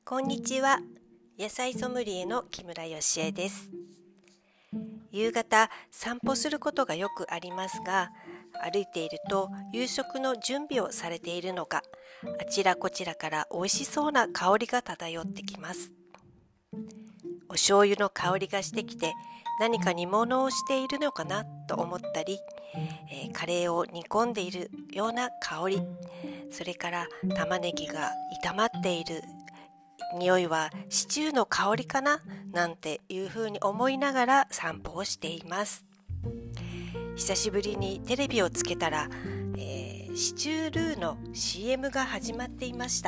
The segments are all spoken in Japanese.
こんにちは。野菜ソムリエの木村よしえです。夕方散歩することがよくありますが、歩いていると夕食の準備をされているのか、あちらこちらから美味しそうな香りが漂ってきます。お醤油の香りがしてきて、何か煮物をしているのかなと思ったり、カレーを煮込んでいるような香り、それから玉ねぎが炒まっている匂いはシチューの香りかななんていうふうに思いながら散歩をしています。久しぶりにテレビをつけたら、シチュールーの CM が始まっていました。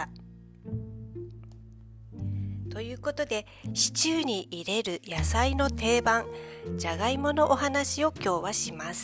ということで、シチューに入れる野菜の定番、じゃがいものお話を今日はします。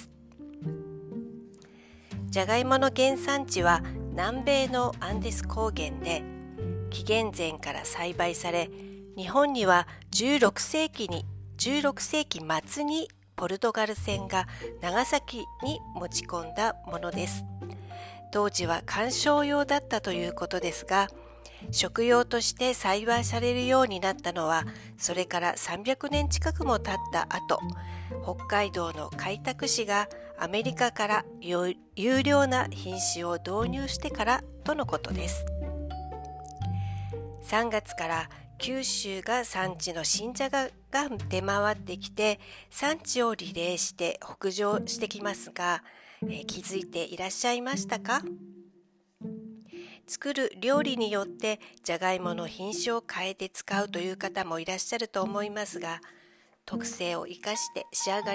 じゃがいもの原産地は南米のアンデス高原で、紀元前から栽培され、日本には16世紀末にポルトガル船が長崎に持ち込んだものです。当時は観賞用だったということですが、食用として栽培されるようになったのは、それから300年近くも経った後、北海道の開拓使がアメリカから優良な品種を導入してからとのことです。3月から九州が産地の新じゃがが出回ってきて、産地をリレーして北上してきますが、気づいていらっしゃいましたか？作る料理によってじゃがいもの品種を変えて使うという方もいらっしゃると思いますが、特性を生かして使う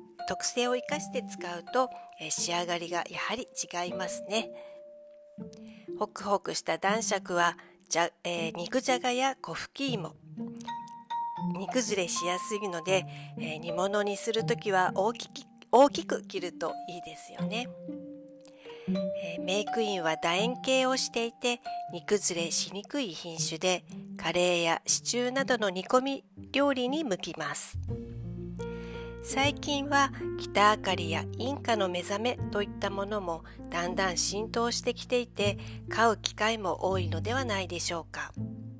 と仕上がりがやはり違いますね。ホクホクした男爵は肉じゃがや小吹き芋、煮崩れしやすいので、煮物にするときは大きく切るといいですよね。メークインは楕円形をしていて煮崩れしにくい品種で、カレーやシチューなどの煮込み料理に向きます。最近は北あかりやインカの目覚めといったものもだんだん浸透してきていて、買う機会も多いのではないでしょうか。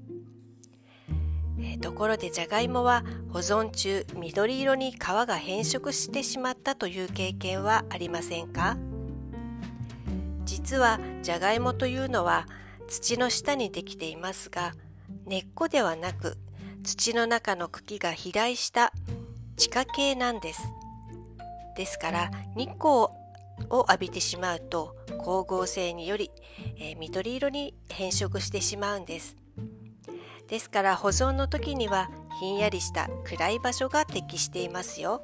ところでじゃがいもは保存中緑色に皮が変色してしまったという経験はありませんか？実はじゃがいもというのは土の下にできていますが、根っこではなく土の中の茎が肥大した地下茎なんです。ですから日光を浴びてしまうと光合成により、緑色に変色してしまうんです。ですから保存の時にはひんやりした暗い場所が適していますよ。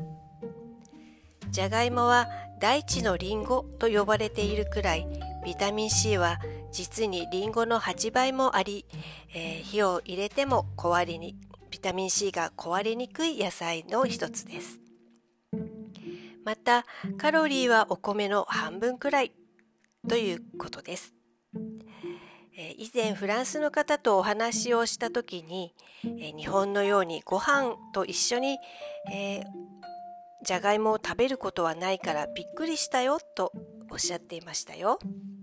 じゃがいもは大地のリンゴと呼ばれているくらい、ビタミン C は実にリンゴの8倍もあり、火を入れてもビタミン C が壊れにくい野菜の一つです。またカロリーはお米の半分くらいということです。以前フランスの方とお話をした時に、日本のようにご飯と一緒に、じゃがいもを食べることはないからびっくりしたよとおっしゃっていましたよ。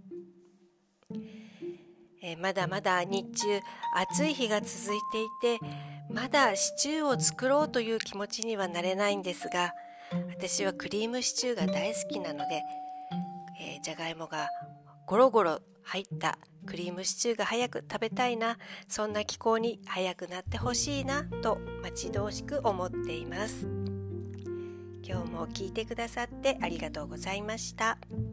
まだまだ日中暑い日が続いていて、まだシチューを作ろうという気持ちにはなれないんですが、私はクリームシチューが大好きなので、じゃがいもがゴロゴロ入ったクリームシチューが早く食べたいな、そんな気候に早くなってほしいなと待ち遠しく思っています。今日も聞いてくださってありがとうございました。